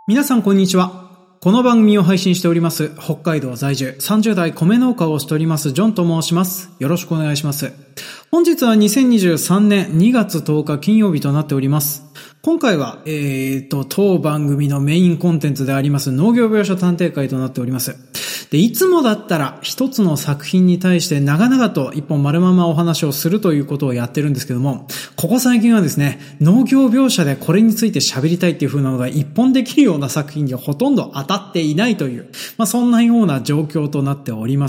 皆さんこんにちは。この番組を配信しております北海道在住30代米農家をしておりますジョンと申します。よろしくお願いします。本日は2023年2月10日金曜日となっております。今回は当番組のメインコンテンツであります農業描写探偵会となっております。で、いつもだったら一つの作品に対して長々と一本丸ままお話をするということをやってるんですけども、ここ最近はですね、農業描写でこれについて喋りたいっていう風なのが一本できるような作品がほとんど当たっていないという、そんなような状況となっております。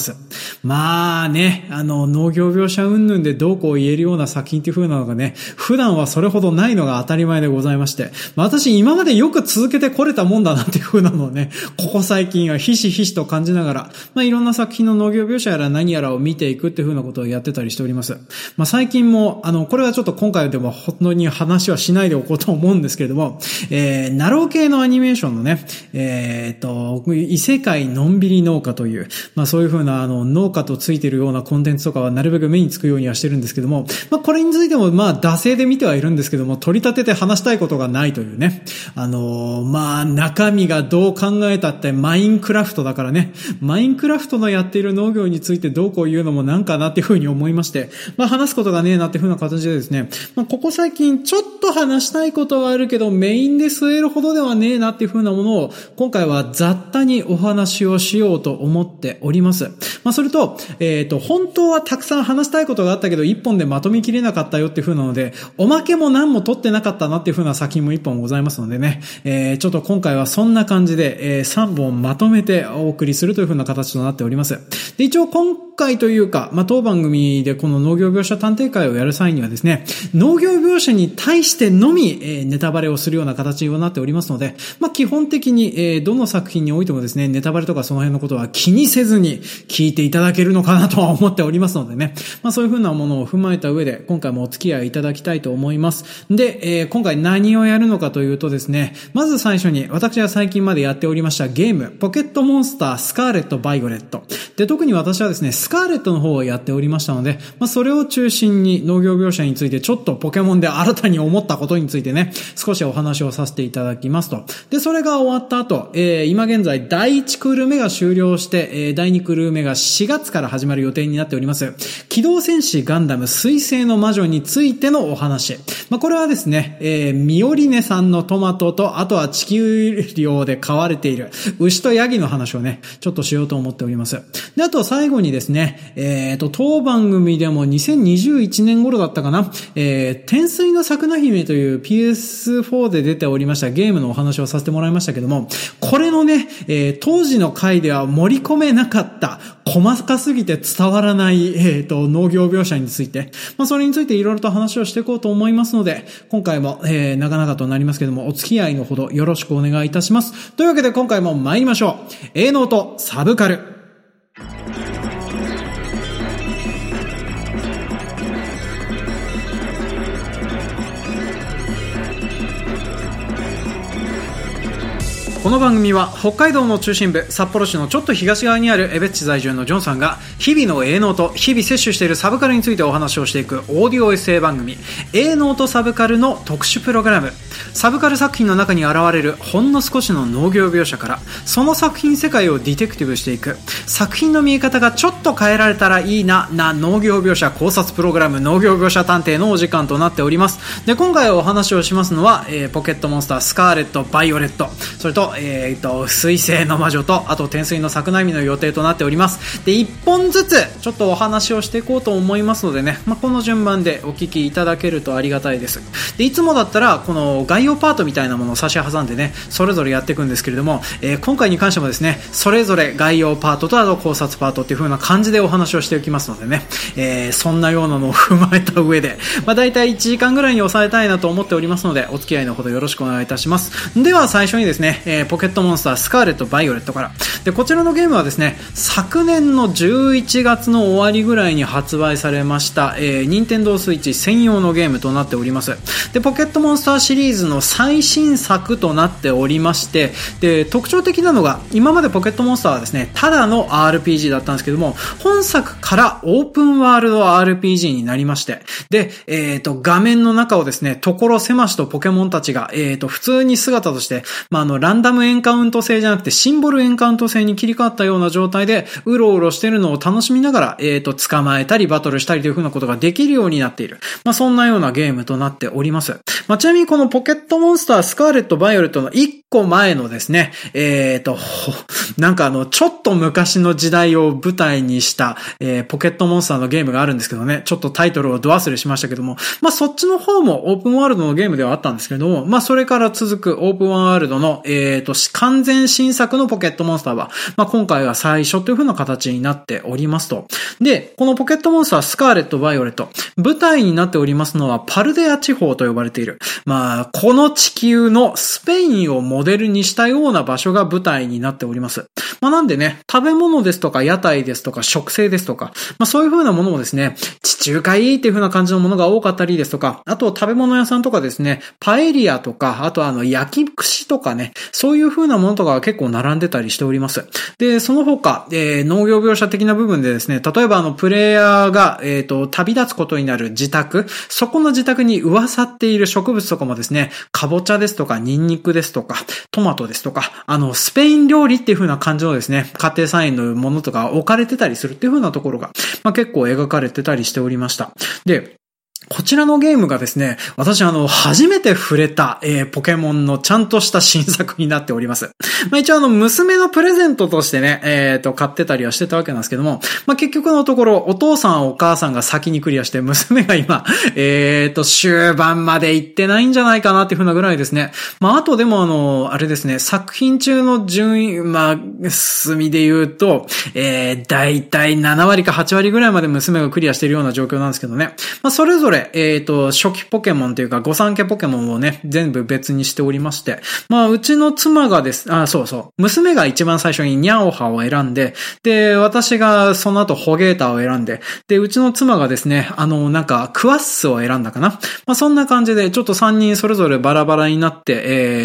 農業描写云々でどうこう言えるような作品っていう風なのがね、普段はそれほどないのが当たり前でございまして、私今までよく続けてこれたもんだなっていう風なのをね、ここ最近はひしひしと感じながらいろんな作品の農業描写やら何やらを見ていくっていう風なことをやってたりしております。最近も、これはちょっと今回でも本当に話はしないでおこうと思うんですけれども、ナロー系のアニメーションのね、異世界のんびり農家という、そういう風な農家とついているようなコンテンツとかはなるべく目につくようにはしてるんですけども、これについても惰性で見てはいるんですけども、取り立てて話したいことがないというね、中身がどう考えたってマインクラフトだからね、マインクラフトのやっている農業についてどうこう言うのもなんかなっていうふうに思いまして、話すことがねえなっていうふうな形でですね、ここ最近ちょっと話したいことはあるけどメインで据えるほどではねえなっていうふうなものを今回は雑多にお話をしようと思っております。それと、本当はたくさん話したいことがあったけど一本でまとめきれなかったよっていうふうなので、おまけも何も取ってなかったなっていうふうな作品も一本ございますのでね、ちょっと今回はそんな感じで、3本まとめてお送りするというふうな形となっております。で、一応今回というか、当番組でこの農業描写探偵会をやる際にはですね、農業描写に対してのみ、ネタバレをするような形になっておりますので、基本的に、どの作品においてもですね、ネタバレとかその辺のことは気にせずに聞いていただけるのかなとは思っておりますのでね、そういうふうなものを踏まえた上で、今回もお付き合いいただきたいと思います。で、今回何をやるのかというとですね、まず最初に私は最近までやっておりましたゲーム、ポケットモンスタースカーレットバイオレット。で、特に私はですね、スカーレットの方をやっておりましたので、それを中心に農業描写についてちょっとポケモンで新たに思ったことについてね、少しお話をさせていただきますと。で、それが終わった後、今現在第1クール目が終了して、第2クール目が4月から始まる予定になっております。機動戦士ガンダム水星の魔女についてのお話。これはですね、ミオリネさんのトマトと、あとは地球寮で飼われている牛とヤギの話をね、ちょっとしようと思っております。で、あと最後にですね、当番組でも2021年頃だったかな、天水の桜姫という PS4 で出ておりましたゲームのお話をさせてもらいましたけども、これのね、当時の回では盛り込めなかった細かすぎて伝わらない、農業描写について、それについていろいろと話をしていこうと思いますので、今回も、長々となりますけども、お付き合いのほどよろしくお願いいたします。というわけで今回も参りましょう。営農とサブカル。この番組は北海道の中心部札幌市のちょっと東側にある江別市在住のジョンさんが日々の営農と日々摂取しているサブカルについてお話をしていくオーディオエッセイ番組営農とサブカルの特殊プログラム。サブカル作品の中に現れるほんの少しの農業描写からその作品世界をディテクティブしていく作品の見え方がちょっと変えられたらいいな農業描写考察プログラム農業描写探偵のお時間となっております。で、今回お話をしますのは、ポケットモンスタースカーレットバイオレット、それと水星の魔女と、あと天水の桜波の予定となっております。で、一本ずつちょっとお話をしていこうと思いますのでね、この順番でお聞きいただけるとありがたいです。で、いつもだったらこの概要パートみたいなものを差し挟んでね、それぞれやっていくんですけれども、今回に関してもですね、それぞれ概要パートとあと考察パートっていう風な感じでお話をしておきますのでね、そんなようなのを踏まえた上で、だいたい1時間ぐらいに抑えたいなと思っておりますので、お付き合いのほどよろしくお願いいたします。では最初にですね、ポケットモンスタースカーレットバイオレットから。で、こちらのゲームはですね、昨年の11月の終わりぐらいに発売されました、任天堂スイッチ専用のゲームとなっております。で、ポケットモンスターシリーズの最新作となっておりまして、で、特徴的なのが、今までポケットモンスターはですね、ただの RPG だったんですけども、本作からオープンワールド RPG になりまして、で、画面の中をですね、所狭しとポケモンたちが、普通に姿として、ランダダムエンカウント制じゃなくてシンボルエンカウント制に切り替わったような状態で、うろうろしてるのを楽しみながら、捕まえたりバトルしたりという風なことができるようになっている。そんなようなゲームとなっております。ちなみにこのポケットモンスタースカーレット・バイオレットの1個前のですね、なんかちょっと昔の時代を舞台にした、ポケットモンスターのゲームがあるんですけどね、ちょっとタイトルをど忘れしましたけども、そっちの方もオープンワールドのゲームではあったんですけども、それから続くオープンワールドの、完全新作のポケットモンスターは、今回が最初という風な形になっておりますと。で、このポケットモンスタースカーレット・バイオレット、舞台になっておりますのはパルデア地方と呼ばれている。この地球のスペインをモデルにしたような場所が舞台になっております。なんでね、食べ物ですとか屋台ですとか食性ですとか、そういう風なものもですね、地中海っていう風な感じのものが多かったりですとか、あと食べ物屋さんとかですね、パエリアとか、あと焼き串とかね、そういう風なものとかが結構並んでたりしております。で、その他、農業描写的な部分でですね、例えばプレイヤーが、旅立つことになる自宅、そこの自宅に噂っている植物とかもですね、かぼちゃですとか、ニンニクですとか、トマトですとか、スペイン料理っていう風な感じのですね、家庭菜園のものとか置かれてたりするっていう風なところが、結構描かれてたりしておりました。で、こちらのゲームがですね、私初めて触れた、ポケモンのちゃんとした新作になっております。一応娘のプレゼントとしてね、買ってたりはしてたわけなんですけども、結局のところ、お父さんお母さんが先にクリアして、娘が今、終盤まで行ってないんじゃないかなっていう風なぐらいですね。あとでもあれですね、作品中の順位、進みで言うと、だいたい7割か8割ぐらいまで娘がクリアしているような状況なんですけどね。それぞれ初期ポケモンというか、御三家ポケモンをね、全部別にしておりまして、うちの妻がです、娘が一番最初にニャオハを選んで、で、私がその後ホゲータを選んで、で、うちの妻がですね、クワッスを選んだかな。そんな感じで、ちょっと3人それぞれバラバラになって、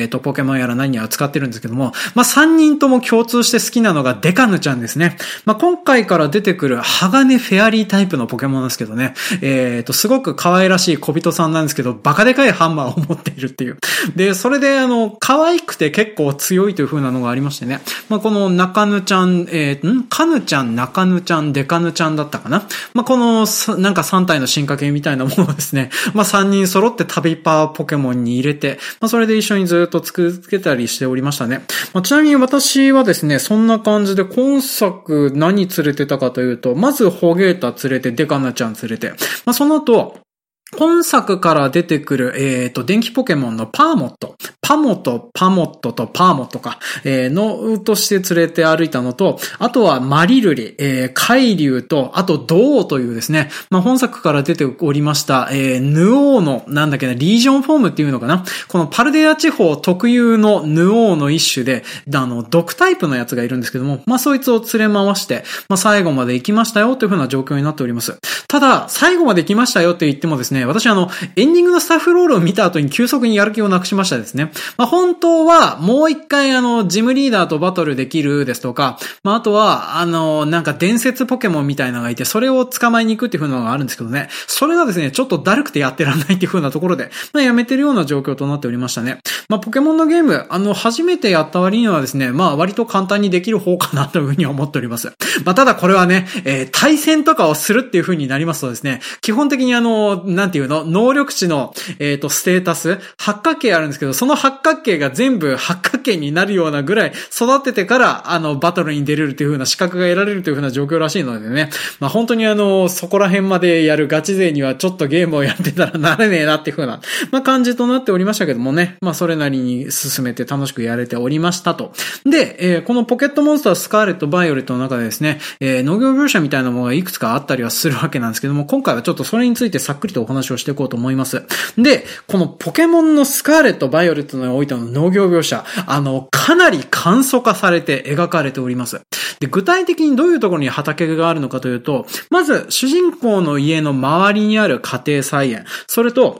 ポケモンやら何やら使ってるんですけども、3人とも共通して好きなのがデカヌちゃんですね。今回から出てくる鋼フェアリータイプのポケモンですけどね、すごく可愛らしい小人さんなんですけど、バカでかいハンマーを持っているっていう。で、それで可愛くて結構強いという風なのがありましてね。この中ぬちゃん、カヌちゃん、中ぬちゃん、デカヌちゃんだったかな。この、なんか3体の進化系みたいなものをですね、3人揃って旅パーポケモンに入れて、それで一緒にずっと作けたりしておりましたね。ちなみに私はですね、そんな感じで今作何連れてたかというと、まずホゲータ連れて、デカヌちゃん連れて、その後、本作から出てくる、電気ポケモンのパモットとパーモットか、として連れて歩いたのと、あとはマリルリ、海竜と、あとドオというですね、本作から出ておりました、ヌオーの、リージョンフォームっていうのかな。このパルデア地方特有のヌオーの一種で、毒タイプのやつがいるんですけども、そいつを連れ回して、最後まで行きましたよという風な状況になっております。ただ、最後まで行きましたよって言ってもですね、私エンディングのスタッフロールを見た後に急速にやる気をなくしましたですね。本当はもう一回ジムリーダーとバトルできるですとか、あとは伝説ポケモンみたいなのがいて、それを捕まえに行くっていう風なのがあるんですけどね。それがですね、ちょっとだるくてやってらんないっていう風なところで、やめてるような状況となっておりましたね。ポケモンのゲーム、初めてやった割にはですね、割と簡単にできる方かなという風に思っております。ただこれはね、対戦とかをするっていう風になりますとですね、基本的に能力値の、ステータス、八角形あるんですけど、その八角形が全部八角形になるようなぐらい育ててから、バトルに出れるという風な資格が得られるという風な状況らしいのでね。本当にそこら辺までやるガチ勢にはちょっとゲームをやってたらなれねえなっていう風な、感じとなっておりましたけどもね。それなりに進めて楽しくやれておりましたと。で、このポケットモンスタースカーレット・バイオレットの中でですね、農業描写みたいなものがいくつかあったりはするわけなんですけども、今回はちょっとそれについてさっくりとお話をしていこうと思います。で、このポケモンのスカーレット・バイオレットにおいての農業描写、かなり簡素化されて描かれております。で、具体的にどういうところに畑があるのかというと、まず主人公の家の周りにある家庭菜園、それと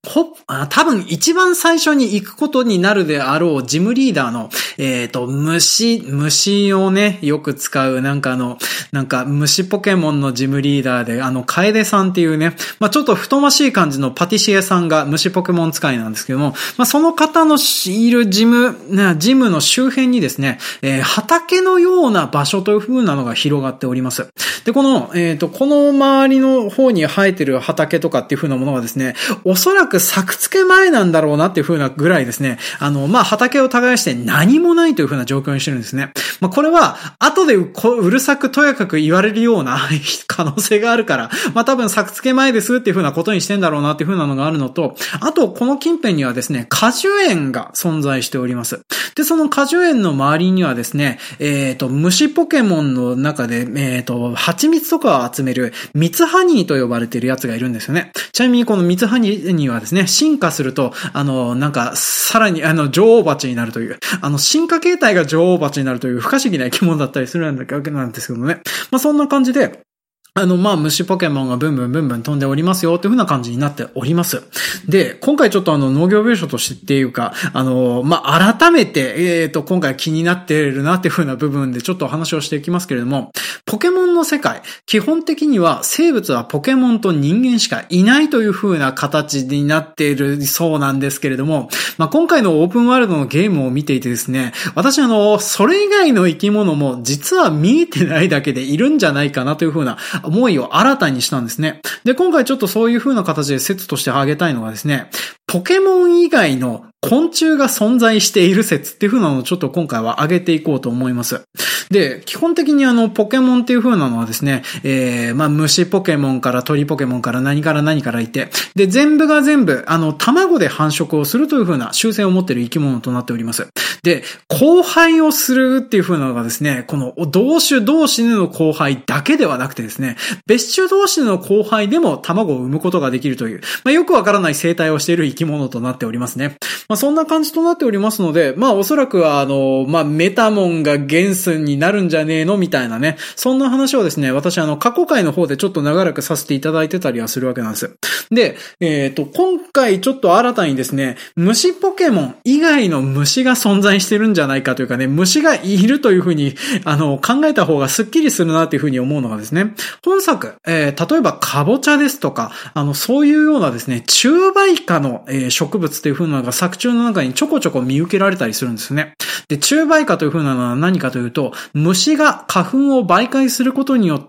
多分一番最初に行くことになるであろうジムリーダーの、虫をね、よく使う、虫ポケモンのジムリーダーで、楓さんっていうね、ちょっと太ましい感じのパティシエさんが虫ポケモン使いなんですけども、その方のいるジムの周辺にですね、畑のような場所という風なのが広がっております。で、この周りの方に生えてる畑とかっていう風なものがですね、おそらく作付け前なんだろうなっていう風なぐらいですね、畑を耕して何もないという風な状況にしてるんですね。これは、後でうるさくとやかく言われるような可能性があるから、多分作付け前ですっていう風なことにしてんだろうなっていう風なのがあるのと、あと、この近辺にはですね、果樹園が存在しております。で、その果樹園の周りにはですね、虫ポケモンの中で、蜂蜜とかを集める蜜ハニーと呼ばれているやつがいるんですよね。ちなみにこの蜜ハニーはですね、進化すると、さらに、女王蜂になるという、進化形態が女王蜂になるという不可思議な生き物だったりするわけなんですけどもね。そんな感じで、虫ポケモンがブンブン飛んでおりますよという風な感じになっております。で、今回ちょっと農業描写としてっていうか、改めて、今回気になっているなっていう風な部分でちょっとお話をしていきますけれども、ポケモンの世界、基本的には生物はポケモンと人間しかいないという風な形になっているそうなんですけれども、今回のオープンワールドのゲームを見ていてですね、私それ以外の生き物も実は見えてないだけでいるんじゃないかなという風な思いを新たにしたんですね。で、今回ちょっとそういう風な形で説として挙げたいのがですね、ポケモン以外の昆虫が存在している説っていう風なのをちょっと今回は挙げていこうと思います。で、基本的にポケモンっていう風なのはですね、虫ポケモンから鳥ポケモンから何からいて、で、全部が全部、卵で繁殖をするという風な習性を持っている生き物となっております。で、交配をするっていう風なのがですね、この同種同士での交配だけではなくてですね、別種同士での交配でも卵を産むことができるという、よくわからない生態をしている生き物となっておりますね。そんな感じとなっておりますので、おそらくはメタモンが元帥になるんじゃねえのみたいなね、そんな話をですね、私過去回の方でちょっと長らくさせていただいてたりはするわけなんです。で、今回ちょっと新たにですね、虫ポケモン以外の虫が存在してるんじゃないかというかね、虫がいるというふうに、考えた方がスッキリするなというふうに思うのがですね、本作、例えばカボチャですとか、そういうようなですね、虫媒科の、植物というふうなのが作中の中にちょこちょこ見受けられたりするんですね。で、虫媒科というふうなのは何かというと、虫が花粉を媒介することによって、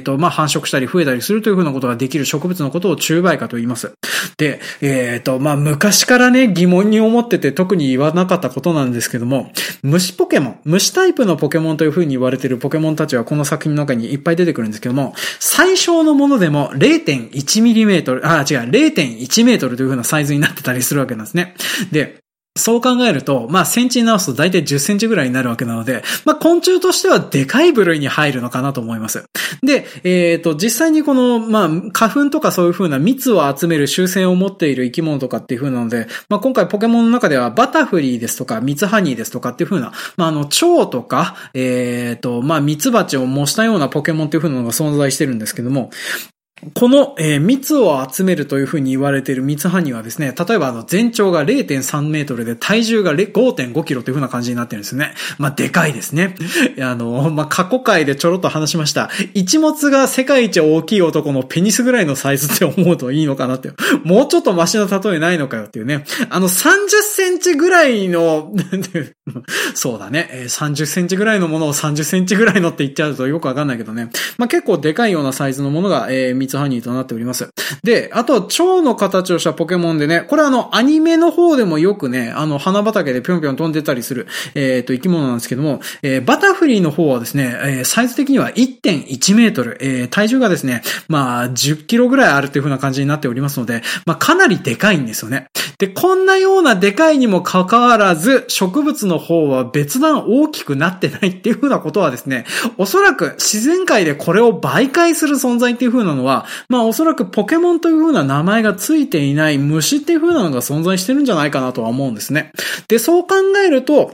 繁殖したり増えたりするというふうなことができる植物のことを虫媒科と言います。で、昔からね、疑問に思ってて特に言わなかったことなんですけども、虫ポケモン、虫タイプのポケモンというふうに言われているポケモンたちはこの作品の中にいっぱい出てくるんですけども、最小のものでも 0.1 ミリメートル、0.1 メートルというふうなサイズになってたりするわけなんですね。で、そう考えると、センチに直すと大体10センチぐらいになるわけなので、昆虫としてはでかい部類に入るのかなと思います。で、実際にこの、花粉とかそういう風な蜜を集める習性を持っている生き物とかっていう風なので、今回ポケモンの中ではバタフリーですとか、蜜ハニーですとかっていう風な、蝶とか、蜜蜂を模したようなポケモンっていう風なのが存在してるんですけども、この、蜜を集めるというふうに言われている蜜ハニーはですね、例えば全長が 0.3 メートルで体重が 5.5 キロというふうな感じになってるんですね。でかいですね。過去回でちょろっと話しました。一物が世界一大きい男のペニスぐらいのサイズって思うといいのかなって。もうちょっとマシな例えないのかよっていうね。30センチぐらいの、そうだね。30センチぐらいのものを30センチぐらいのって言っちゃうとよくわかんないけどね。結構でかいようなサイズのものが、蜜ハニーとなっております。で、あと、蝶の形をしたポケモンでね、これアニメの方でもよくね、花畑でぴょんぴょん飛んでたりする、生き物なんですけども、バタフリーの方はですね、サイズ的には 1.1 メートル、体重がですね、10キロぐらいあるっていう風な感じになっておりますので、かなりでかいんですよね。で、こんなようなでかいにもかかわらず、植物の方は別段大きくなってないっていう風なことはですね、おそらく自然界でこれを媒介する存在っていう風なのは、おそらくポケモンという風な名前がついていない虫っていう風なのが存在してるんじゃないかなとは思うんですね。で、そう考えると、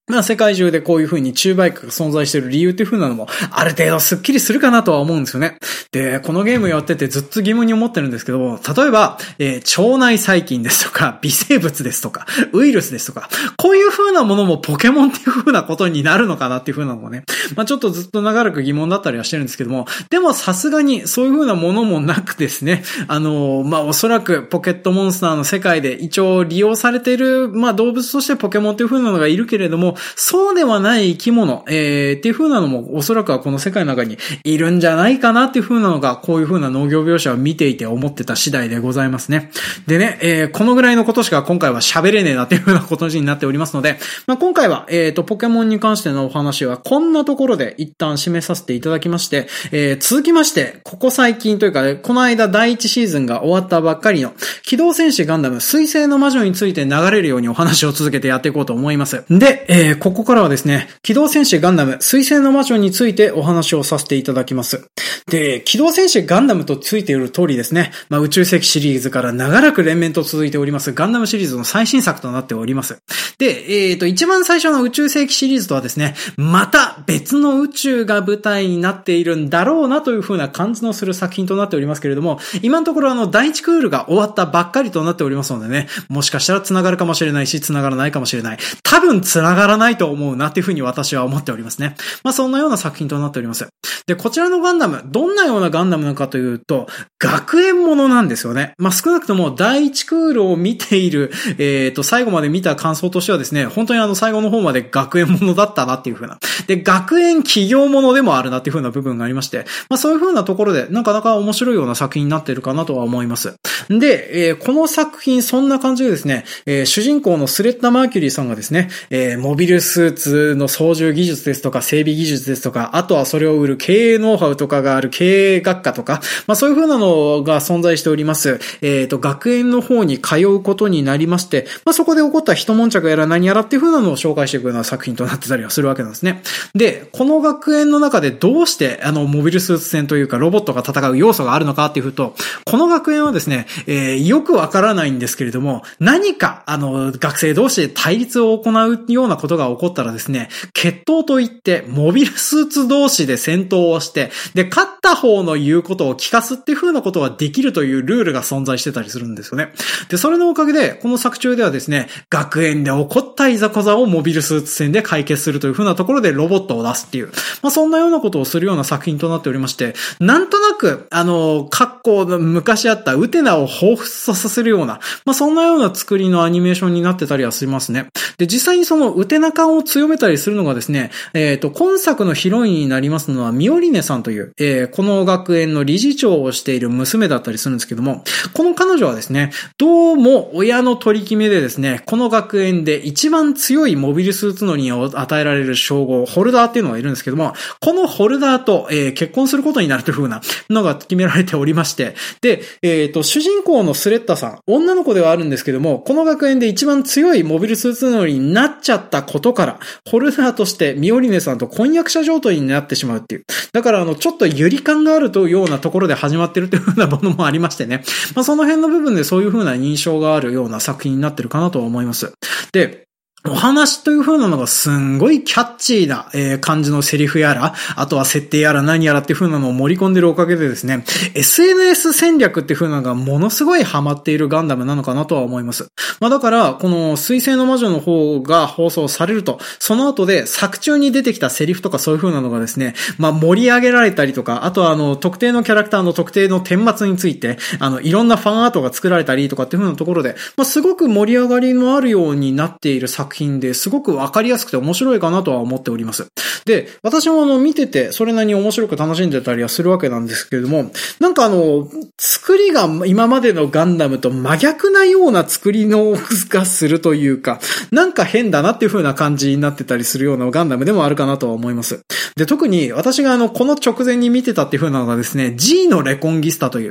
世界中でこういう風に中バイクが存在している理由っていう風なのも、ある程度スッキリするかなとは思うんですよね。で、このゲームやっててずっと疑問に思ってるんですけど、例えば、腸内細菌ですとか、微生物ですとか、ウイルスですとか、こういう風なものもポケモンっていう風なことになるのかなっていう風なのもね、ちょっとずっと長らく疑問だったりはしてるんですけども、でもさすがにそういう風なものもなくですね、おそらくポケットモンスターの世界で一応利用されている、動物としてポケモンっていう風なのがいるけれども、そうではない生き物、っていう風なのもおそらくはこの世界の中にいるんじゃないかなっていう風なのが、こういう風な農業描写を見ていて思ってた次第でございますね。でね、このぐらいのことしか今回は喋れねえなっていう風なことになっておりますので、今回は、ポケモンに関してのお話はこんなところで一旦締めさせていただきまして、続きまして、ここ最近というか、この間第1シーズンが終わったばっかりの機動戦士ガンダム水星の魔女について流れるようにお話を続けてやっていこうと思います。で、ここからはですね、機動戦士ガンダム水星の魔女についてお話をさせていただきます。で、機動戦士ガンダムとついている通りですね、宇宙世紀シリーズから長らく連綿と続いておりますガンダムシリーズの最新作となっております。で、一番最初の宇宙世紀シリーズとはですね、また別の宇宙が舞台になっているんだろうなという風な感じのする作品となっておりますけれども、今のところ第1クールが終わったばっかりとなっておりますのでね、もしかしたら繋がるかもしれないし、繋がらないかもしれない。多分繋がらないと思うなっていう風に私は思っておりますね。そんなような作品となっております。で、こちらのガンダム、どんなようなガンダムなのかというと、学園ものなんですよね。少なくとも第1クールを見ている、最後まで見た感想としてはですね、本当に最後の方まで学園ものだったなっていう風な。で、学園企業ものでもあるなっていう風な部分がありまして、そういう風なところでなかなか面白いような作品になっているかなとは思います。で、この作品そんな感じでですね、主人公のスレッタ・マーキュリーさんがですね、モビルスーツの操縦技術ですとか整備技術ですとか、あとはそれを売る経営ノウハウとかがある経営学科とか、そういう風なのが存在しております。学園の方に通うことになりまして、そこで起こった一悶着やら何やらっていう風なのを紹介していくような作品となってたりはするわけなんですね。で、この学園の中でどうしてモビルスーツ戦というかロボットが戦う要素があるのかっていうと、この学園はですね、よくわからないんですけれども、何か学生同士で対立を行うようなことが起こったらですね、決闘といってモビルスーツ同士で戦闘をして、で、勝った方の言うことを聞かすっていう風なことができるというルールが存在してたりするんですよね。で、それのおかげで、この作中ではですね、学園で起こったいざこざをモビルスーツ戦で解決するという風なところでロボットを出すっていう、そんなようなことをするような作品となっておりまして、なんとなく、昔あったウテナを彷彿とさせるような、そんなような作りのアニメーションになってたりはしますね。で、実際にそのウテナ感を強めたりするのがですね、今作のヒロインになりますのはミオリネさんという、この学園の理事長をしている娘だったりするんですけども、この彼女はですね、どうも親の取り決めでですね、この学園で一番強いモビルスーツ乗りを与えられる称号、ホルダーっていうのがいるんですけども、このホルダーと、結婚することになるという風なのが決められておりまして、で、主人公のスレッタさん、女の子ではあるんですけども、この学園で一番強いモビルスーツ乗りになっちゃったことから、ホルダーとしてミオリネさんと婚約者状態になってしまうっていう。だからちょっとゆり感があるというようなところで始まってるという風なものもありましてね。その辺の部分でそういう風な印象があるような作品になってるかなと思います。で、お話という風なのがすんごいキャッチーな、感じのセリフやら、あとは設定やら何やらっていう風なのを盛り込んでるおかげでですね、SNS 戦略っていう風なのがものすごいハマっているガンダムなのかなとは思います。だから、この水星の魔女の方が放送されると、その後で作中に出てきたセリフとかそういう風なのがですね、盛り上げられたりとか、あとは特定のキャラクターの特定の顛末について、いろんなファンアートが作られたりとかっていう風なところで、すごく盛り上がりのあるようになっている作品ですごくわかりやすくて面白いかなとは思っております。で、私も見ててそれなりに面白く楽しんでたりはするわけなんですけれども、なんか作りが今までのガンダムと真逆なような作りのがするというか、なんか変だなっていう風な感じになってたりするようなガンダムでもあるかなとは思います。で、特に私がこの直前に見てたっていう風なのがですね、G のレコンギスタという、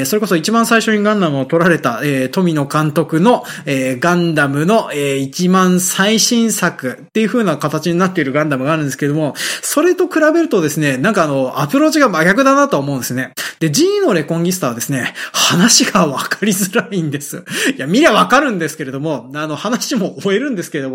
それこそ一番最初にガンダムを撮られた、富野監督の、ガンダムの、一番最新作っていう風な形になっているガンダムがあるんですけども、それと比べるとですね、なんかアプローチが真逆だなと思うんですね。で、G のレコンギスタはですね、話がわかりづらいんです。いや、見りゃわかるんですけれども、話も終えるんですけれども、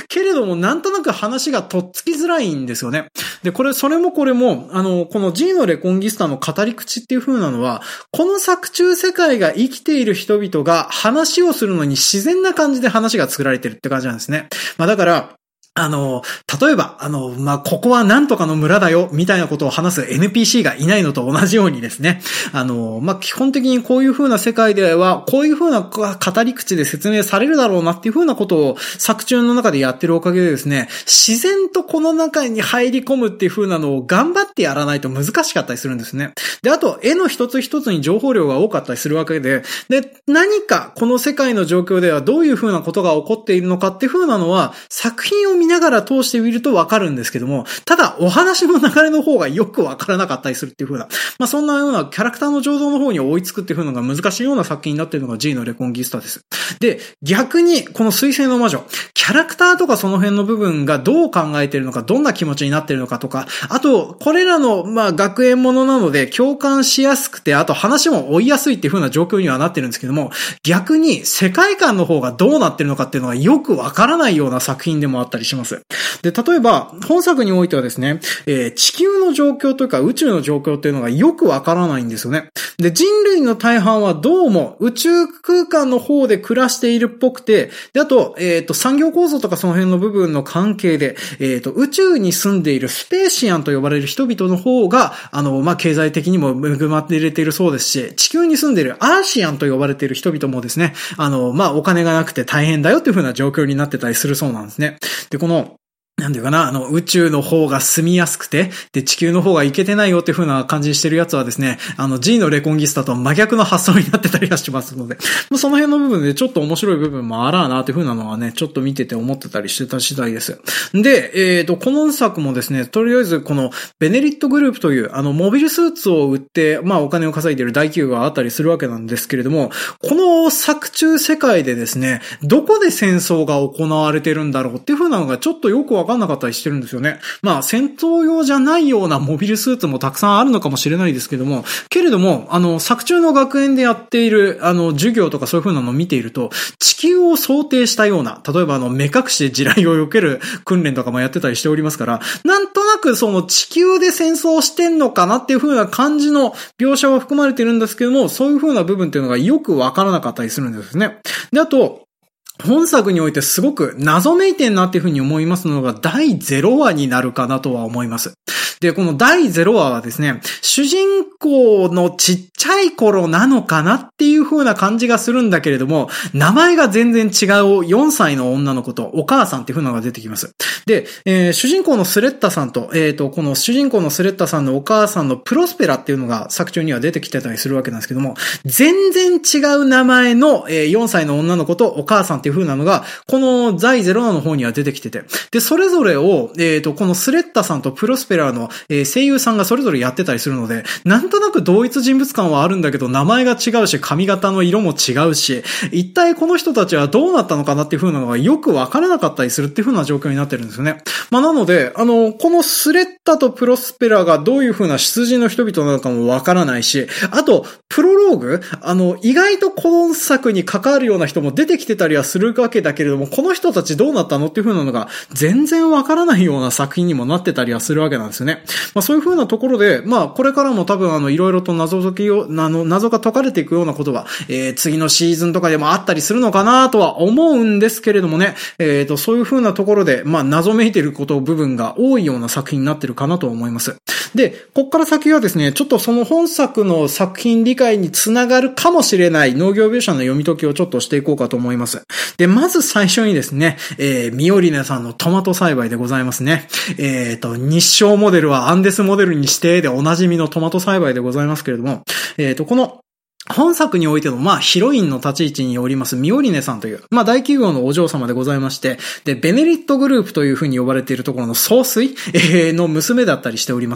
けれどもなんとなく話がとっつきづらいんですよね。で、それもこの G のレコンギスタの語り口っていう風なのは、この作中世界が生きている人々が話をするのに自然な感じで話が作られてるって感じなんですね。だから、例えば、ここはなんとかの村だよ、みたいなことを話す NPC がいないのと同じようにですね、基本的にこういう風な世界では、こういう風な語り口で説明されるだろうなっていう風なことを作中の中でやってるおかげでですね、自然とこの中に入り込むっていう風なのを頑張ってやらないと難しかったりするんですね。で、あと、絵の一つ一つに情報量が多かったりするわけで、何かこの世界の状況ではどういう風なことが起こっているのかっていう風なのは、作品を見ながら通してみるとわかるんですけども、ただお話の流れの方がよくわからなかったりするっていう風な、そんなようなキャラクターの情動の方に追いつくっていう風なのが難しいような作品になっているのが G のレコンギスタです。で、逆にこの水星の魔女、キャラクターとかその辺の部分がどう考えているのか、どんな気持ちになっているのかとか、あと、これらの学園ものなので共感しやすくて、あと話も追いやすいっていう風な状況にはなってるんですけども、逆に世界観の方がどうなってるのかっていうのがよくわからないような作品でもあったりします。で、例えば、本作においてはですね、地球の状況というか宇宙の状況っていうのがよくわからないんですよね。で、人類の大半はどうも宇宙空間の方で暮らしているっぽくて、で、あと、産業構造とかその辺の部分の関係で、宇宙に住んでいるスペーシアンと呼ばれる人々の方が、経済的にも恵まれているそうですし、地球に住んでいるアーシアンと呼ばれている人々もですね、お金がなくて大変だよっていう風な状況になってたりするそうなんですね。で、なんていうかな、宇宙の方が住みやすくて、で、地球の方がいけてないよっていう風な感じにしてるやつはですね、G のレコンギスタと真逆の発想になってたりはしますので、その辺の部分でちょっと面白い部分もあらーなっていう風なのはね、ちょっと見てて思ってたりしてた次第です。で、この作もですね、とりあえずこのベネリットグループという、モビルスーツを売って、お金を稼いでいる大企業があったりするわけなんですけれども、この作中世界でですね、どこで戦争が行われてるんだろうっていう風なのがちょっとよくわかんなかったりしてるんですよね。戦闘用じゃないようなモビルスーツもたくさんあるのかもしれないですけども、けれども、作中の学園でやっている、授業とかそういう風なのを見ていると、地球を想定したような、例えば目隠しで地雷を避ける訓練とかもやってたりしておりますから、なんとなくその地球で戦争してんのかなっていう風な感じの描写は含まれているんですけども、そういう風な部分っていうのがよくわからなかったりするんですね。で、あと、本作においてすごく謎めいてんなっていうふうに思いますのが第0話になるかなとは思います。で、この第0話はですね、主人公のちっちゃい頃なのかなっていう風な感じがするんだけれども、名前が全然違う4歳の女の子とお母さんっていう風なのが出てきます。で、主人公のスレッタさんと、この主人公のスレッタさんのお母さんのプロスペラっていうのが作中には出てきてたりするわけなんですけども、全然違う名前の4歳の女の子とお母さんっていう風なのが、この第0話の方には出てきてて、で、それぞれを、このスレッタさんとプロスペラの声優さんがそれぞれやってたりするので、なんとなく同一人物感はあるんだけど、名前が違うし、髪型の色も違うし、一体この人たちはどうなったのかなっていう風なのがよくわからなかったりするっていう風な状況になってるんですよね。なので、このスレッタとプロスペラがどういう風な出自の人々なのかもわからないし、あと、プロローグ、意外と今作に関わるような人も出てきてたりはするわけだけれども、この人たちどうなったのっていう風なのが全然わからないような作品にもなってたりはするわけなんですよね。そういう風なところで、これからも多分いろいろと謎が解かれていくようなことが、次のシーズンとかでもあったりするのかなとは思うんですけれどもね、そういう風なところで、謎めいている部分が多いような作品になってるかなと思います。で、こっから先はですね、ちょっとその本作の作品理解につながるかもしれない農業描写の読み解きをちょっとしていこうかと思います。で、まず最初にですね、ミオリネさんのトマト栽培でございますね。日照モデルはアンデスモデルにしてでおなじみのトマト栽培でございますけれども、この本作においての、ヒロインの立ち位置におりますミオリネさんという、大企業のお嬢様でございまして、で、ベネリットグループという風に呼ばれているところの総帥、の娘だったりしております。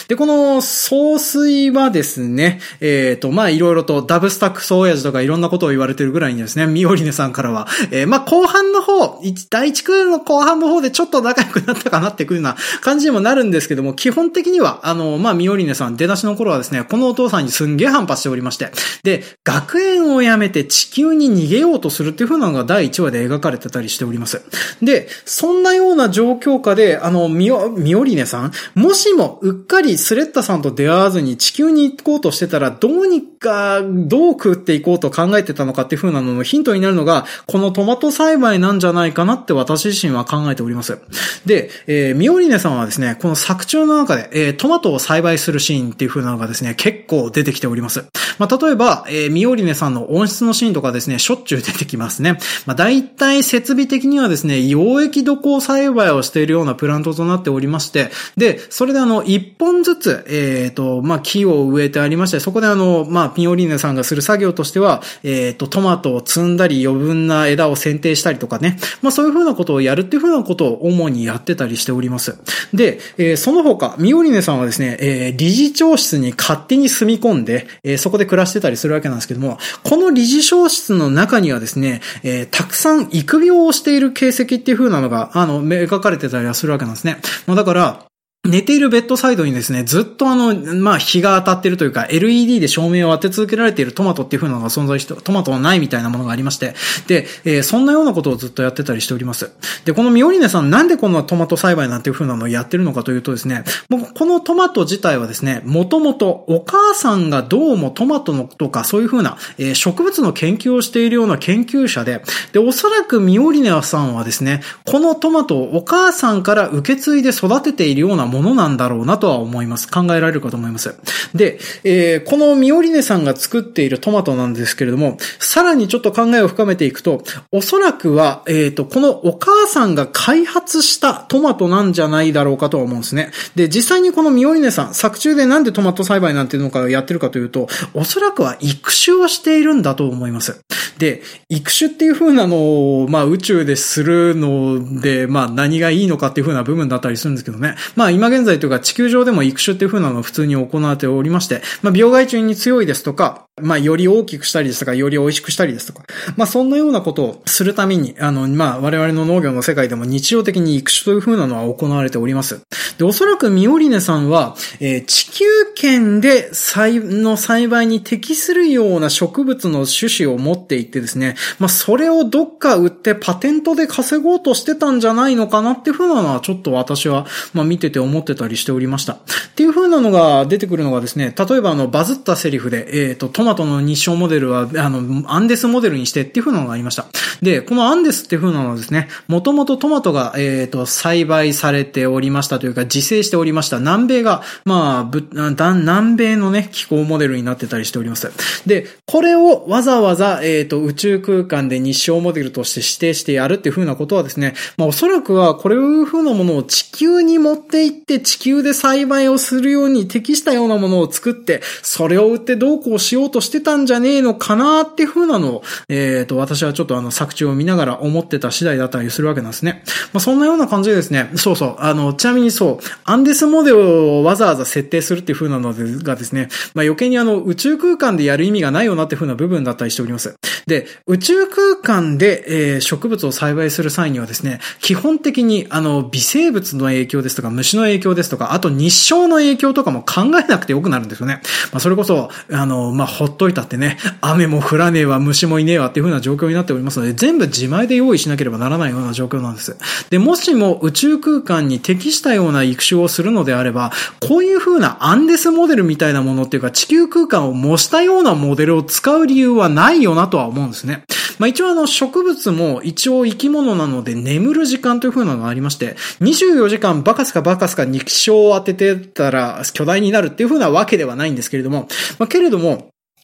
で、この総帥はですね、まあいろいろとダブスタックス親父とかいろんなことを言われてるぐらいにですね、ミオリネさんからは、まあ後半の方、第1クールの後半の方でちょっと仲良くなったかなっていうような感じにもなるんですけども、基本的には、まあミオリネさん出だしの頃はですね、このお父さんにすんげー反発しておりまして、で、学園を辞めて地球に逃げようとするっていう風なのが第1話で描かれてたりしております。で、そんなような状況下で、ミオリネさん、もしもうっかりスレッタさんと出会わずに地球に行こうとしてたら、どうにか、どう食っていこうと考えてたのかっていう風なののヒントになるのが、このトマト栽培なんじゃないかなって私自身は考えております。で、ミオリネさんはですね、この作中の中で、トマトを栽培するシーンっていう風なのがですね、結構出てきております。まあ、例えば、ミオリネさんの温室のシーンとかですね、しょっちゅう出てきますね。まあ、大体設備的にはですね、溶液土耕栽培をしているようなプラントとなっておりまして、で、それで一本ずつ、まあ、木を植えてありまして、そこでまあ、ミオリネさんがする作業としては、トマトを摘んだり、余分な枝を剪定したりとかね、まあ、そういう風なことをやるっていう風なことを主にやってたりしております。で、その他、ミオリネさんはですね、理事長室に勝手に住み込んで、そこで暮らしてたりするわけなんですけども、この理事長室の中にはですね、たくさん育苗をしている形跡っていう風なのが、描かれてたりはするわけなんですね。まあ、だから、寝ているベッドサイドにですね、ずっとまあ、日が当たっているというか、LED で照明を当て続けられているトマトっていう風なのが存在して、トマトはないみたいなものがありまして、で、そんなようなことをずっとやってたりしております。で、このミオリネさんなんでこんなトマト栽培なんていう風なのをやってるのかというとですね、もうこのトマト自体はですね、もともとお母さんがどうもトマトのとかそういう風な、植物の研究をしているような研究者で、で、おそらくミオリネさんはですね、このトマトをお母さんから受け継いで育てているようなものなんだろうなとは思います。考えられるかと思います。で、このミオリネさんが作っているトマトなんですけれども、さらにちょっと考えを深めていくと、おそらくは、このお母さんが開発したトマトなんじゃないだろうかとは思うんですね。で、実際にこのミオリネさん、作中でなんでトマト栽培なんていうのかやってるかというと、おそらくは育種をしているんだと思います。で、育種っていう風なのを、まあ宇宙でするので、まあ何がいいのかっていう風な部分だったりするんですけどね。まあ今現在というか地球上でも育種っていう風なのを普通に行われておりまして、まあ病害虫に強いですとか、まあより大きくしたりですとか、より美味しくしたりですとか、まあそんなようなことをするために、まあ我々の農業の世界でも日常的に育種という風なのは行われております。で、おそらくミオリネさんは、地球圏で栽培に適するような植物の種子を持っていてですね、まあそれをどっか売ってパテントで稼ごうとしてたんじゃないのかなっていう風なのはちょっと私はまあ見てて思ってたりしておりました。っていう風なのが出てくるのがですね、例えばバズったセリフで、トマトの日照モデルはアンデスモデルにしてっていう風なのがありました。で、このアンデスっていう風なのはですね、もともとトマトが栽培されておりましたというか自生しておりました南米がまあ南米のね気候モデルになってたりしております。で、これをわざわざ宇宙空間で日照モデルとして指定してやるっていう風なことはですね、まあおそらくはこれいう風なものを地球に持って行って地球で栽培をするように適したようなものを作ってそれを売ってどうこうしようとしてたんじゃねえのかなっていう風なのを私はちょっと作中を見ながら思ってた次第だったりするわけなんですね。まあそんなような感じでですね、そうちなみにアンデスモデルをわざわざ設定するっていう風なのがですね、まあ余計に宇宙空間でやる意味がないよなっていう風な部分だったりしております。で、宇宙空間で、植物を栽培する際にはですね、基本的に微生物の影響ですとか虫の影響ですとか、あと日照の影響とかも考えなくてよくなるんですよね。まあそれこそまあほっといたってね、雨も降らねえわ虫もいねえわっていう風な状況になっておりますので、全部自前で用意しなければならないような状況なんです。で、もしも宇宙空間に適したような育種をするのであれば、こういう風なアンデスモデルみたいなものっていうか地球空間を模したようなモデルを使う理由はないよなとは思うんですね。まあ一応植物も一応生き物なので眠る時間という風なのがありまして、24時間バカスカ日照を当ててたら巨大になるっていう風なわけではないんですけれども、まあけれども、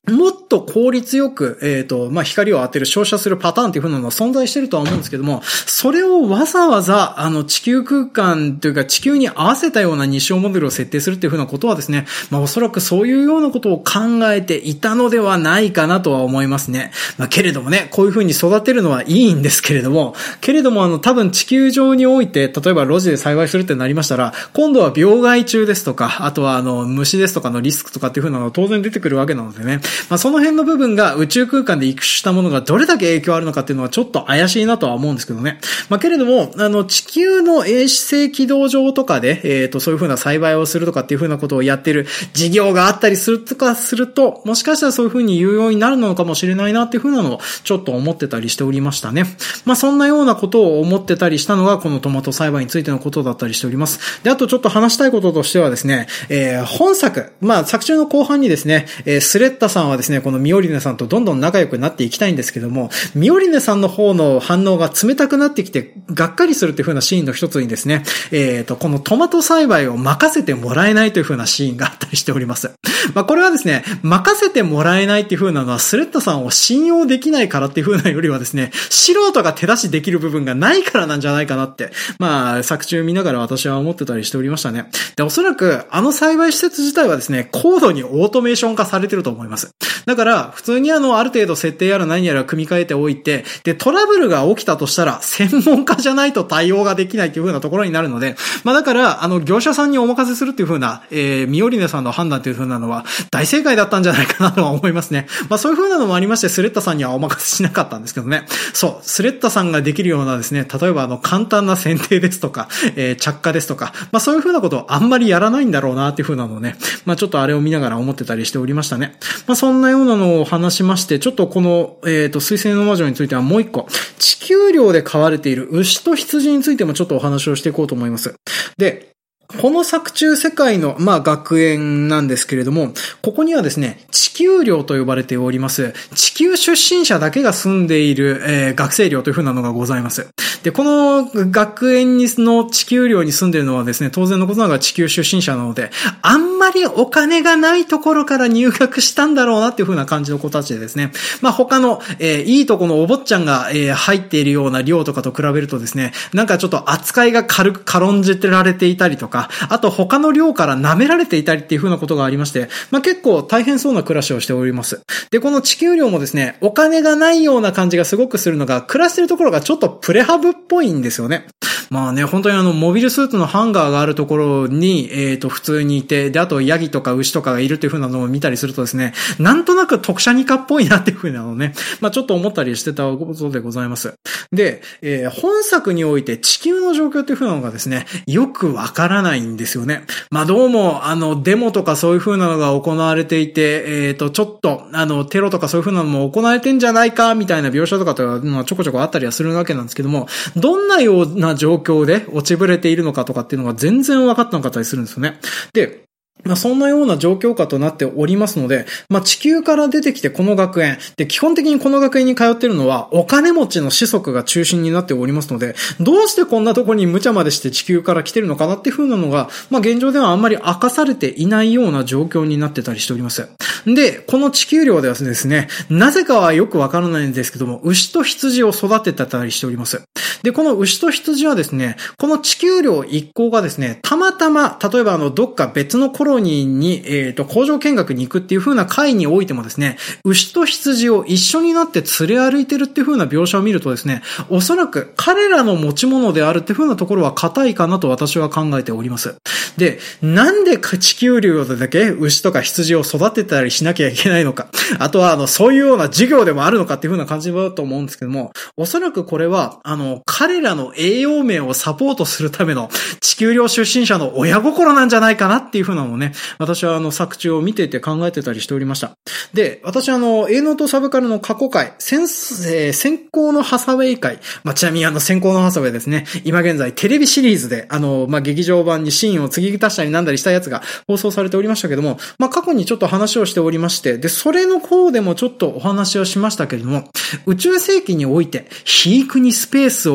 もっと効率よく、光を当てる、照射するパターンっていう風なのは存在してるとは思うんですけども、それをわざわざ、地球空間というか地球に合わせたような日照モデルを設定するっていう風なことはですね、おそらくそういうようなことを考えていたのではないかなとは思いますね。けれどもね、こういう風に育てるのはいいんですけれども、多分地球上において、例えば露地で栽培するってなりましたら、今度は病害虫ですとか、あとは虫ですとかのリスクとかっていう風なのが当然出てくるわけなのでね、その辺の部分が宇宙空間で育種したものがどれだけ影響あるのかっていうのはちょっと怪しいなとは思うんですけどね。けれども、地球の衛星軌道上とかで、そういう風な栽培をするとかっていう風なことをやってる事業があったりするとかすると、もしかしたらそういう風に有用になるのかもしれないなっていう風なのをちょっと思ってたりしておりましたね。そんなようなことを思ってたりしたのがこのトマト栽培についてのことだったりしております。で、あとちょっと話したいこととしてはですね、本作、作中の後半にですね、スレッタさんはですね、このミオリネさんとどんどん仲良くなっていきたいんですけども、ミオリネさんの方の反応が冷たくなってきて、がっかりするという風なシーンの一つにですね、このトマト栽培を任せてもらえないという風なシーンがあったりしております。これはですね、任せてもらえないっていう風なのは、スレッタさんを信用できないからっていう風なよりはですね、素人が手出しできる部分がないからなんじゃないかなって、作中見ながら私は思ってたりしておりましたね。で、おそらく、栽培施設自体はですね、高度にオートメーション化されてると思います。だから、普通にある程度設定やら何やら組み替えておいて、で、トラブルが起きたとしたら、専門家じゃないと対応ができないという風なところになるので、だから、業者さんにお任せするっていう風な、ミオリネさんの判断っていう風なのは、大正解だったんじゃないかなとは思いますね。そういう風なのもありまして、スレッタさんにはお任せしなかったんですけどね。そう、スレッタさんができるようなですね、例えば簡単な剪定ですとか、着火ですとか、そういう風なことをあんまりやらないんだろうなっていう風なのをね、ちょっとあれを見ながら思ってたりしておりましたね。そんなようなのを話しまして、ちょっとこの、水星の魔女についてはもう一個、地球寮で飼われている牛と羊についてもちょっとお話をしていこうと思います。で、この作中世界の、学園なんですけれども、ここにはですね、地球寮と呼ばれております、地球出身者だけが住んでいる、学生寮という風なのがございます。で、この学園の地球寮に住んでいるのはですね、当然のことながら地球出身者なので、あんまりお金がないところから入学したんだろうなっていう風な感じの子たちでですね、他の、いいとこのお坊ちゃんが、入っているような寮とかと比べるとですね、なんかちょっと扱いが軽んじてられていたりとか、あと他の寮から舐められていたりっていう風なことがありまして、結構大変そうな暮らしをしております。で、この地球寮もですね、お金がないような感じがすごくするのが、暮らしてるところがちょっとプレハブっぽいんですよね。本当にモビルスーツのハンガーがあるところに、普通にいて、で、あとヤギとか牛とかがいるっていう風なのを見たりするとですね、なんとなく特殊ニカっぽいなっていう風なのをね、ちょっと思ったりしてたことでございます。で、本作において地球の状況っていう風なのがですね、よくわからないんですよね。どうも、デモとかそういう風なのが行われていて、ちょっと、テロとかそういう風なのも行われてんじゃないか、みたいな描写とかとは、ちょこちょこあったりはするわけなんですけども、どんなような状況で落ちぶれているのかとかっていうのが全然分かってなかったりするんですよね。で、そんなような状況下となっておりますので、地球から出てきてこの学園、で、基本的にこの学園に通っているのは、お金持ちの子息が中心になっておりますので、どうしてこんなところに無茶までして地球から来てるのかなっていう風なのが、現状ではあんまり明かされていないような状況になってたりしております。で、この地球寮ではですね、なぜかはよくわからないんですけども、牛と羊を育ててたりしております。で、この牛と羊はですね、この地球寮一行がですね、たまたま、例えばどっか別のコロニーに、工場見学に行くっていう風な会においてもですね、牛と羊を一緒になって連れ歩いてるっていう風な描写を見るとですね、おそらく彼らの持ち物であるっていう風なところは固いかなと私は考えております。で、なんで地球寮でだけ牛とか羊を育てたりしなきゃいけないのか、あとはそういうような授業でもあるのかっていう風な感じだと思うんですけども、おそらくこれは、彼らの栄養面をサポートするための地球寮出身者の親心なんじゃないかなっていう風なのをね、私は作中を見ていて考えてたりしておりました。で、私は営農とサブカルの過去回、先行のハサウェイ回、ちなみに先行のハサウェイですね、今現在テレビシリーズで、劇場版にシーンを継ぎ足したりなんだりしたやつが放送されておりましたけども、過去にちょっと話をしておりまして、で、それの方でもちょっとお話をしましたけれども、宇宙世紀において、肥育にスペースを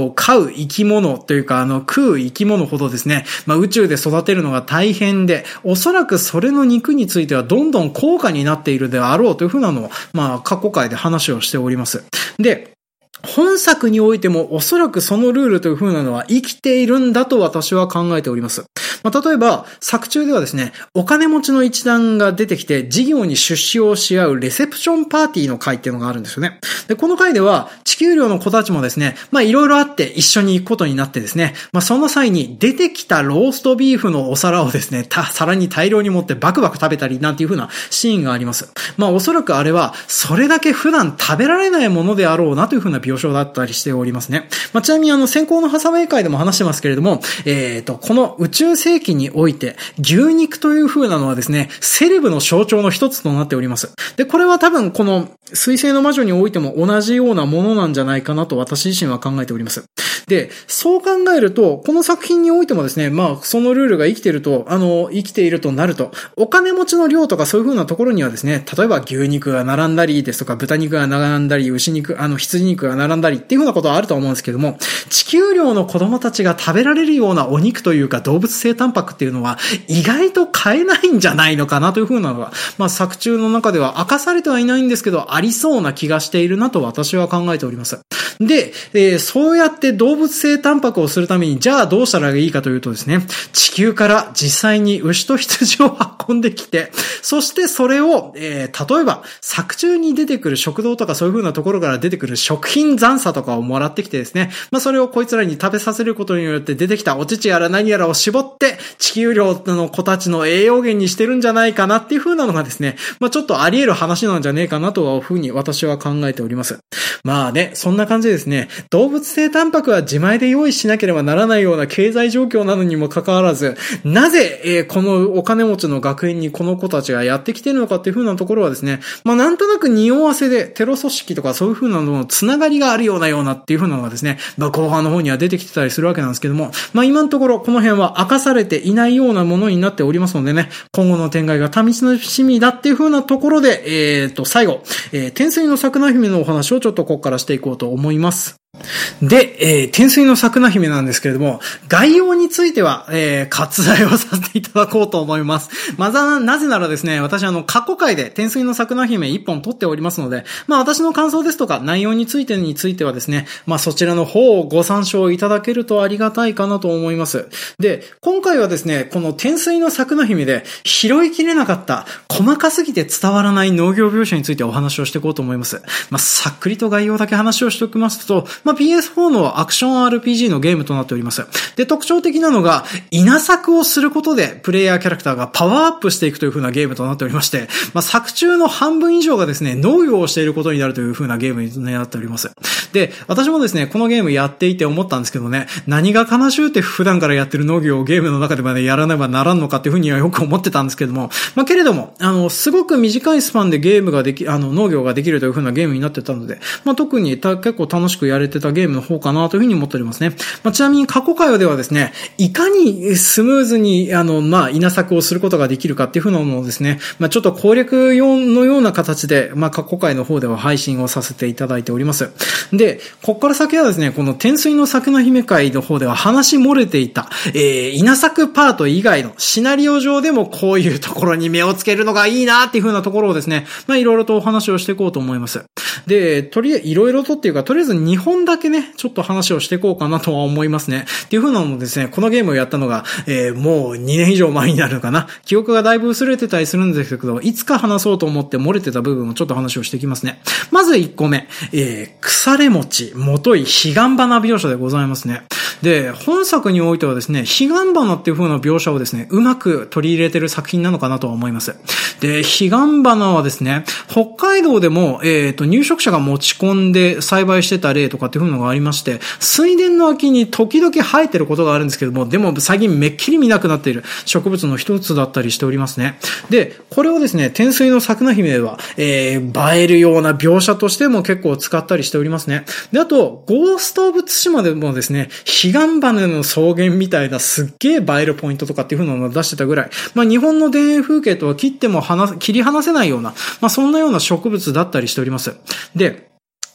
飼う生き物というか、食う生き物ほどですね、宇宙で育てるのが大変で、おそらくそれの肉についてはどんどん高価になっているであろうというふうなのを、過去回で話をしております。で、本作においてもおそらくそのルールという風なのは生きているんだと私は考えております。例えば、作中ではですね、お金持ちの一団が出てきて事業に出資をし合うレセプションパーティーの会っていうのがあるんですよね。で、この会では地球寮の子たちもですね、いろいろあって一緒に行くことになってですね、その際に出てきたローストビーフのお皿をですね、皿に大量に持ってバクバク食べたりなんていう風なシーンがあります。おそらくあれはそれだけ普段食べられないものであろうなという風な描写だったりしておりますね。ちなみに先行のハサウェイ会でも話してますけれども、この宇宙世紀において牛肉という風なのはですね、セレブの象徴の一つとなっております。で、これは多分この水星の魔女においても同じようなものなんじゃないかなと私自身は考えております。で、そう考えると、この作品においてもですね、そのルールが生きているとなると、お金持ちの量とかそういう風なところにはですね、例えば牛肉が並んだりですとか、豚肉が並んだり、羊肉が並んだりっていう風なことはあると思うんですけども、地球寮の子供たちが食べられるようなお肉というか動物性タンパクっていうのは意外と買えないんじゃないのかなという風なのが、作中の中では明かされてはいないんですけど、ありそうな気がしているなと私は考えております。で、そうやって動物性タンパクをするために、じゃあどうしたらいいかというとですね、地球から実際に牛と羊を運んできて、そしてそれを、例えば作中に出てくる食堂とかそういう風なところから出てくる食品残差とかをもらってきてですね、それをこいつらに食べさせることによって出てきたお乳やら何やらを絞って地球寮の子たちの栄養源にしてるんじゃないかなっていう風なのがですね、ちょっとあり得る話なんじゃねえかなという風に私は考えております。そんな感じでですね、動物性タンパクは自前で用意しなければならないような経済状況なのにもかかわらず、なぜ、このお金持ちの学園にこの子たちがやってきているのかっていう風なところはですね、なんとなく匂わせでテロ組織とかそういう風なののつながりがあるようなっていう風なのがですね、後半の方には出てきてたりするわけなんですけども、今のところこの辺は明かされていないようなものになっておりますのでね、今後の展開が楽しみだっていう風なところで、最後、天水の桜姫のお話をちょっとここからしていこうと思います。で、天水の桜姫なんですけれども、概要については、割愛をさせていただこうと思います。なぜならですね、私過去回で天水の桜姫1本撮っておりますので、私の感想ですとか内容についてはですね、そちらの方をご参照いただけるとありがたいかなと思います。で、今回はですね、この天水の桜姫で拾いきれなかった細かすぎて伝わらない農業描写についてお話をしていこうと思います。さっくりと概要だけ話をしておきますと、PS4 のアクション RPG のゲームとなっております。で、特徴的なのが、稲作をすることで、プレイヤーキャラクターがパワーアップしていくという風なゲームとなっておりまして、作中の半分以上がですね、農業をしていることになるという風なゲームになっております。で、私もですね、このゲームやっていて思ったんですけどね、何が悲しゅうって普段からやってる農業をゲームの中でまでやらねばならんのかっていう風にはよく思ってたんですけども、けれども、すごく短いスパンでゲームが農業ができるという風なゲームになってたので、特に結構楽しくやれてたゲームの方かなというふうに思っておりますね。ちなみに過去回ではですね、いかにスムーズに稲作をすることができるかっていうふうなのをですね、ちょっと攻略用のような形で過去回の方では配信をさせていただいております。で、ここから先はですね、この天水の桜姫会の方では話漏れていた、稲作パート以外のシナリオ上でもこういうところに目をつけるのがいいなっていうふうなところをですね、いろいろとお話をしていこうと思います。で、いろいろとっていうか、とりあえず2本だけね、ちょっと話をしていこうかなとは思いますね。っていう風なのもですね、このゲームをやったのが、もう2年以上前になるのかな。記憶がだいぶ薄れてたりするんですけど、いつか話そうと思って漏れてた部分をちょっと話をしていきますね。まず1個目、腐れ餅、もとい、彼岸花描写でございますね。で、本作においてはですね、彼岸花っていう風な描写をですね、うまく取り入れてる作品なのかなとは思います。で、彼岸花はですね、北海道でも、入植者が持ち込んで栽培してた例とかっていう風なのがありまして、水田の脇に時々生えてることがあるんですけども、でも最近めっきり見なくなっている植物の一つだったりしておりますね。で、これをですね、天水の桜姫では、映えるような描写としても結構使ったりしておりますね。で、あと、ゴースト・オブ・ツシマでもですね、彼岸花の草原みたいなすっげえ映えるポイントとかっていう風なのを出してたぐらい、日本の田園風景とは切り離せないような、そんなような植物だったりしております。で、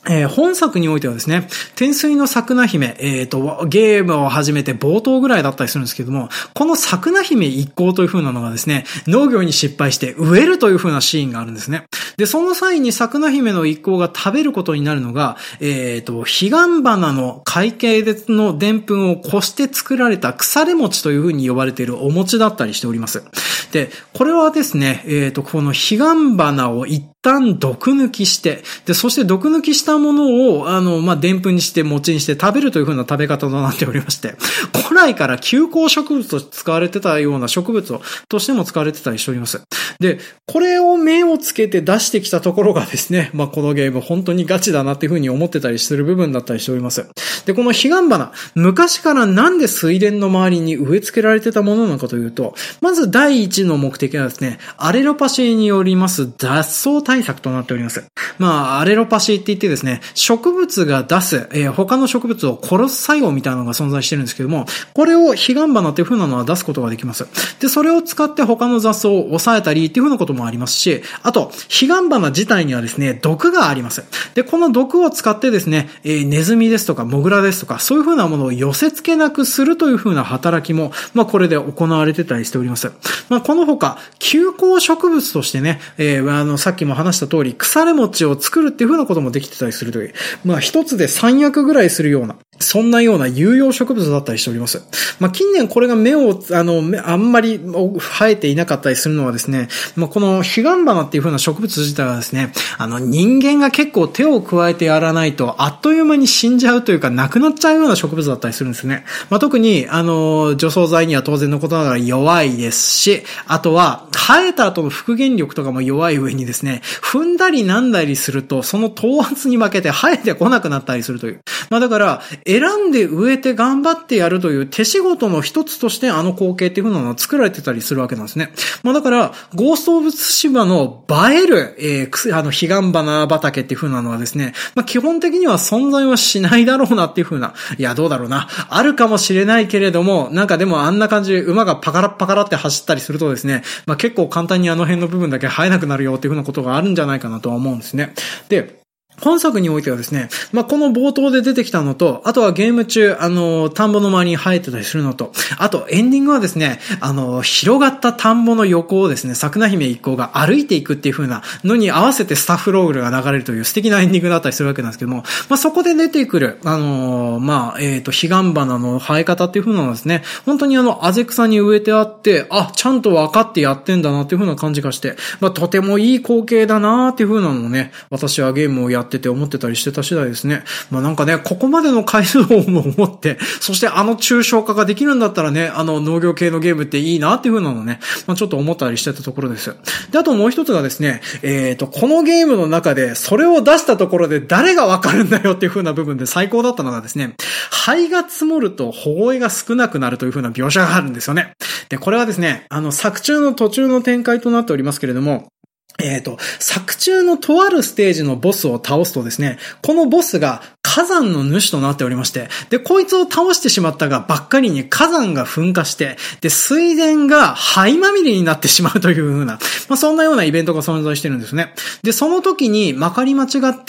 本作においてはですね、天水の桜姫、ゲームを始めて冒頭ぐらいだったりするんですけども、この桜姫一行という風なのがですね、農業に失敗して植えるという風なシーンがあるんですね。で、その際に桜姫の一行が食べることになるのが、彼岸花の会計の澱粉をこして作られた腐れ餅という風に呼ばれているお餅だったりしております。で、これはですね、この彼岸花を一旦毒抜きして、で、そして毒抜きしたものを、澱粉にして餅にして食べるという風な食べ方となっておりまして、古来から休耕植物として使われてたような植物としても使われてたりしております。で、これを目をつけて出してきたところがですね、このゲーム本当にガチだなっていう風に思ってたりする部分だったりしております。で、この彼岸花、昔からなんで水田の周りに植え付けられてたものなのかというと、まず第一の目的はですね、アレロパシーによります雑草対策となっております。アレロパシーって言ってですね、植物が出す、他の植物を殺す作用みたいなのが存在してるんですけども、これを彼岸花っていう風なのは出すことができます。で、それを使って他の雑草を抑えたりっていう風なこともありますし、あと、彼岸花自体にはですね、毒があります。で、この毒を使ってですね、ネズミですとかモグラですとか、そういう風なものを寄せ付けなくするという風な働きも、これで行われてたりしております。この他、休耕植物としてね、さっきも話した通り、腐れ餅を作るっていう風なこともできてたりするという、一つで3役ぐらいするような、そんなような有用植物だったりしております。近年これがあんまり生えていなかったりするのはですね、この彼岸花っていう風な植物自体はですね、人間が結構手を加えてやらないと、あっという間に死んじゃうというか、なくなっちゃうような植物だったりするんですね。特に、除草剤には当然のことながら弱いですし、あとは、生えた後の復元力とかも弱い上にですね、踏んだりなんだりすると、その頭圧に負けて生えてこなくなったりするという。だから、選んで植えて頑張ってやるという手仕事の一つとして光景っていう風なのを作られてたりするわけなんですね。だから、ゴースト・オブ・ツシマの映える、彼岸花畑っていう風なのはですね、基本的には存在はしないだろうなっていう風な、いや、どうだろうな。あるかもしれないけれども、でもあんな感じで馬がパカラッパカラって走ったりするとですね、結構簡単に辺の部分だけ生えなくなるよっていう風なことがあるんじゃないかなとは思うんですね。で、本作においてはですね、この冒頭で出てきたのと、あとはゲーム中、田んぼの周りに生えてたりするのと、あとエンディングはですね、広がった田んぼの横をですね、桜姫一行が歩いていくっていう風なのに合わせてスタッフロールが流れるという素敵なエンディングだったりするわけなんですけども、そこで出てくる、彼岸花の生え方っていう風なのはですね、本当にあぜ草に植えてあって、ちゃんと分かってやってんだなっていう風な感じがして、とてもいい光景だなっていう風なのをね、私はゲームをやってて思ってたりしてた次第ですね。ここまでの回数を思って、そして抽象化ができるんだったらね、農業系のゲームっていいなっていう風なのね、ちょっと思ったりしてたところです。で、あともう一つがですね、このゲームの中でそれを出したところで誰がわかるんだよっていう風な部分で最高だったのがですね、灰が積もると保護が少なくなるという風な描写があるんですよね。で、これはですね、作中の途中の展開となっておりますけれども、作中のとあるステージのボスを倒すとですね、このボスが火山の主となっておりまして、で、こいつを倒してしまったがばっかりに火山が噴火して、で、水田が灰まみれになってしまうという風な、そんなようなイベントが存在してるんですね。で、その時にまかり間違って、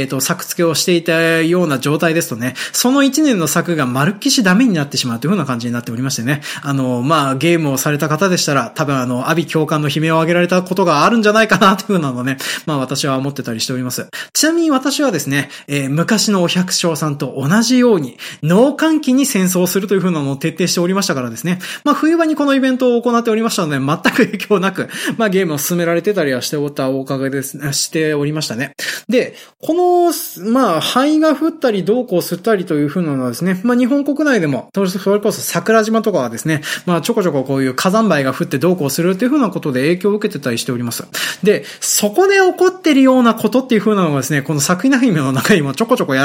作付けをしていたような状態ですとね、その1年の作がまるっきしダメになってしまうという風な感じになっておりましてね、ゲームをされた方でしたら、多分阿鼻教官の悲鳴を上げられたことがあるんじゃないかなという風なのね、私は思ってたりしております。ちなみに私はですね、昔のお百姓さんと同じように農閑期に戦争をするという風なのを徹底しておりましたからですね、冬場にこのイベントを行っておりましたので全く影響なく、ゲームを進められてたりはしておったおかげですね、しておりましたね。で、この灰が降ったりどうこうすったりという風なのはですね、日本国内でもそれこそ桜島とかはですね、ちょこちょここういう火山灰が降ってどうこうするっていう風なことで影響を受けてたりしております。で、そこで起こってるようなことっていう風なのがですね、この桜姫の中にもちょこちょこやら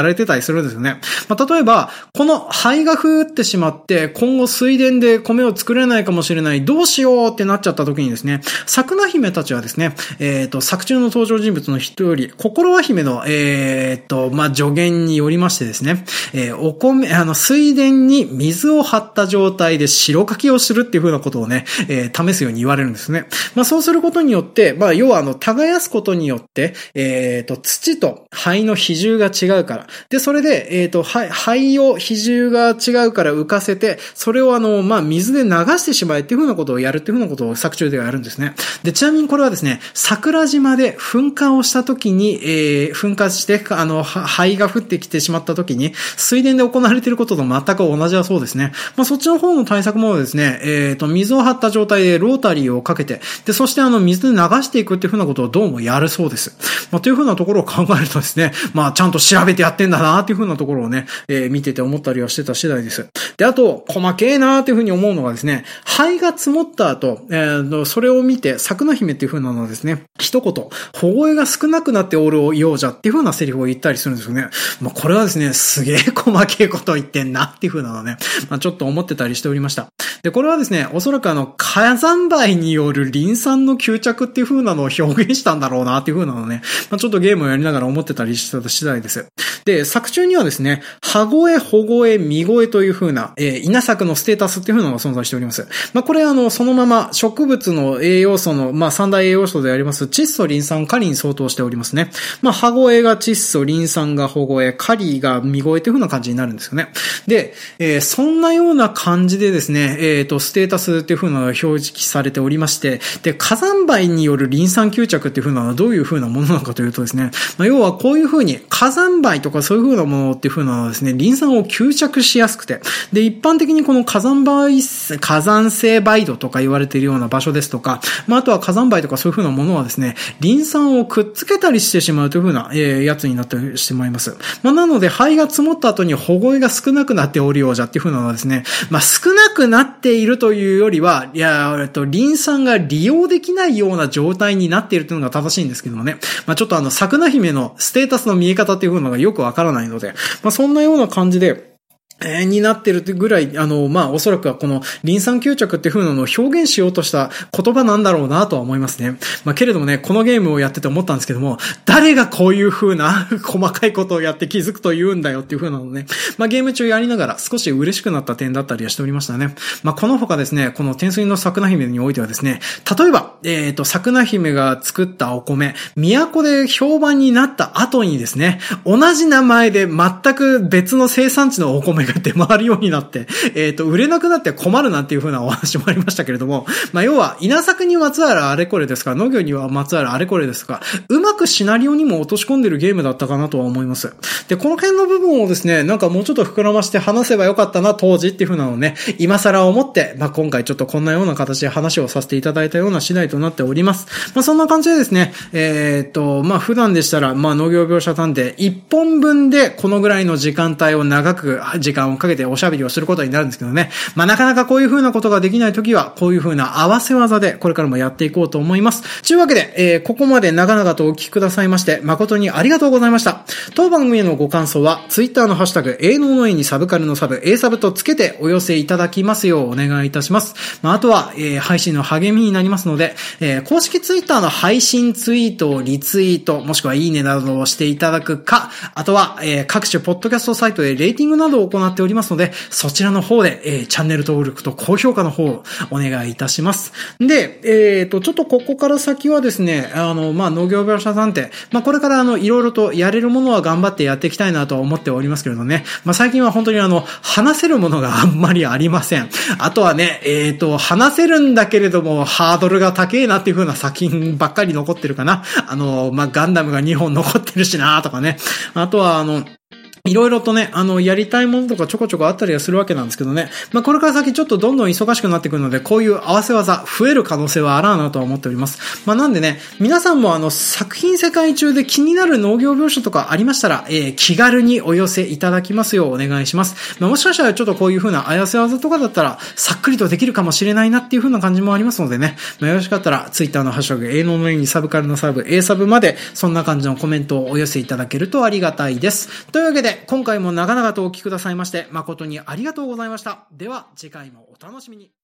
れてたりするんですよね。例えば、この灰が降ってしまって、今後水田で米を作れないかもしれない、どうしようってなっちゃった時にですね、桜姫たちはですね、作中の登場人物の一人、心は姫の、助言によりましてですね、水田に水を張った状態で白かきをするっていう風なことをね、試すように言われるんですね。そうすることによって、要は耕すことによって、土と灰の比重が違うから。で、それで、灰を比重が違うから浮かせて、それを水で流してしまえっていう風なことをやるっていう風なことを作中ではやるんですね。で、ちなみにこれはですね、桜島で噴火をした時に、噴火して、灰が降ってきてしまった時に、水田で行われていることと全く同じだそうですね。そっちの方の対策もですね、水を張った状態でロータリーをかけて、で、そして水で流していくっていう風なことをどうもやるそうです。という風なところを考えるとですね、ちゃんと調べてやってんだなっていう風なところをね、見てて思ったりはしてた次第です。で、あと、細けえなーっていう風に思うのがですね、灰が積もった後、それを見て、桜姫っていう風なのはですね、一言、保護絵が少なくなっておるようじゃっていう風なセリフを言ったりするんですよね。これはですね、すげえ細けえことを言ってんなっていう風なのね、ちょっと思ってたりしておりました。で、これはですね、おそらく火山灰によるリン酸の吸着っていう風なのを表現したんだろうなっていう風なのね、ちょっとゲームをやりながら思ってたりした次第です。で、作中にはですね、羽声、保護絵、見声という風な、稲作のステータスっていう風なのが存在しております。これそのまま植物の栄養素の、三大栄養素であります、窒素、リン酸、カリに相当しておりますね。羽声が窒素、リン酸が保護絵、カリが見声という風な感じになるんですよね。で、そんなような感じでですね、ステータスっていう風なのが表示されておりまして、で、火山灰によるリン酸吸着っていう風なのはどういう風なものなのかというとですね、要はこういう風に火山灰とかそういう風なものっていう風なのはですね、リン酸を吸着しやすくて、で、一般的にこの火山性灰土とか言われているような場所ですとか、あとは火山灰とかそういう風なものはですね、リン酸をくっつけたりしてしまうという風な、やつになってしまいます。なので、灰が積もった後に保護絵が少なくなっておるようじゃっていう風なのはですね、少なくなっているというよりは、リン酸が利用できないような状態になっているというのが正しいんですけどもね。ちょっと桜姫のステータスの見え方っていう風なのがよくわからないので、そんなような感じで、になってるってぐらい、おそらくはこのリン酸吸着っていう風なのを表現しようとした言葉なんだろうなとは思いますね。けれどもね、このゲームをやってて思ったんですけども、誰がこういう風な細かいことをやって気づくと言うんだよっていう風なのね、ゲーム中やりながら少し嬉しくなった点だったりはしておりましたね。この他ですね、この天水の桜姫においてはですね、例えば、桜姫が作ったお米、都で評判になった後にですね、同じ名前で全く別の生産地のお米が出回るようになって、売れなくなって困るなんていう風なお話もありましたけれども、要は、稲作にまつわるあれこれですか、農業にはまつわるあれこれですか、うまくシナリオにも落とし込んでるゲームだったかなとは思います。で、この辺の部分をですね、もうちょっと膨らまして話せばよかったな、当時っていう風なのをね、今更思って、今回ちょっとこんなような形で話をさせていただいたような次第となっております。そんな感じでですね、普段でしたら、農業描写探偵1本分でこのぐらいの時間帯を長く時間をかけておしゃべりをすることになるんですけどね。なかなかこういう風なことができないときは、こういう風な合わせ技でこれからもやっていこうと思います。というわけで、ここまで長々とお聞きくださいまして、誠にありがとうございました。当番組へのご感想は、ツイッターのハッシュタグ、営農の絵にサブカルのサブ、Aサブとつけてお寄せいただきますようお願いいたします。あとは、配信の励みになりますので、公式ツイッターの配信ツイートをリツイート、もしくはいいねなどをしていただくか、あとは、各種ポッドキャストサイトでレーティングなどを行っておりますので、そちらの方で、チャンネル登録と高評価の方をお願いいたします。で、ちょっとここから先はですね、農業描写探偵、これからいろいろとやれるものは頑張ってやっていきたいなとは思っておりますけれどね。最近は本当に話せるものがあんまりありません。あとはね、話せるんだけれども、ハードルが高えなっていう風な作品ばっかり残ってるかな。ガンダムが2本残ってるしなとかね。あとはいろいろとね、やりたいものとかちょこちょこあったりはするわけなんですけどね。これから先ちょっとどんどん忙しくなってくるので、こういう合わせ技増える可能性はあらなとは思っております。なんでね、皆さんも作品世界中で気になる農業描写とかありましたら、気軽にお寄せいただきますようお願いします。もしかしたらちょっとこういう風な合わせ技とかだったら、さっくりとできるかもしれないなっていう風な感じもありますのでね。よろしかったら、ツイッターのハッシュタグ、営農の絵にサブカルのサブ、Aサブまで、そんな感じのコメントをお寄せいただけるとありがたいです。というわけで、 て、今回も長々とお聞きくださいまして、誠にありがとうございました。では、次回もお楽しみに。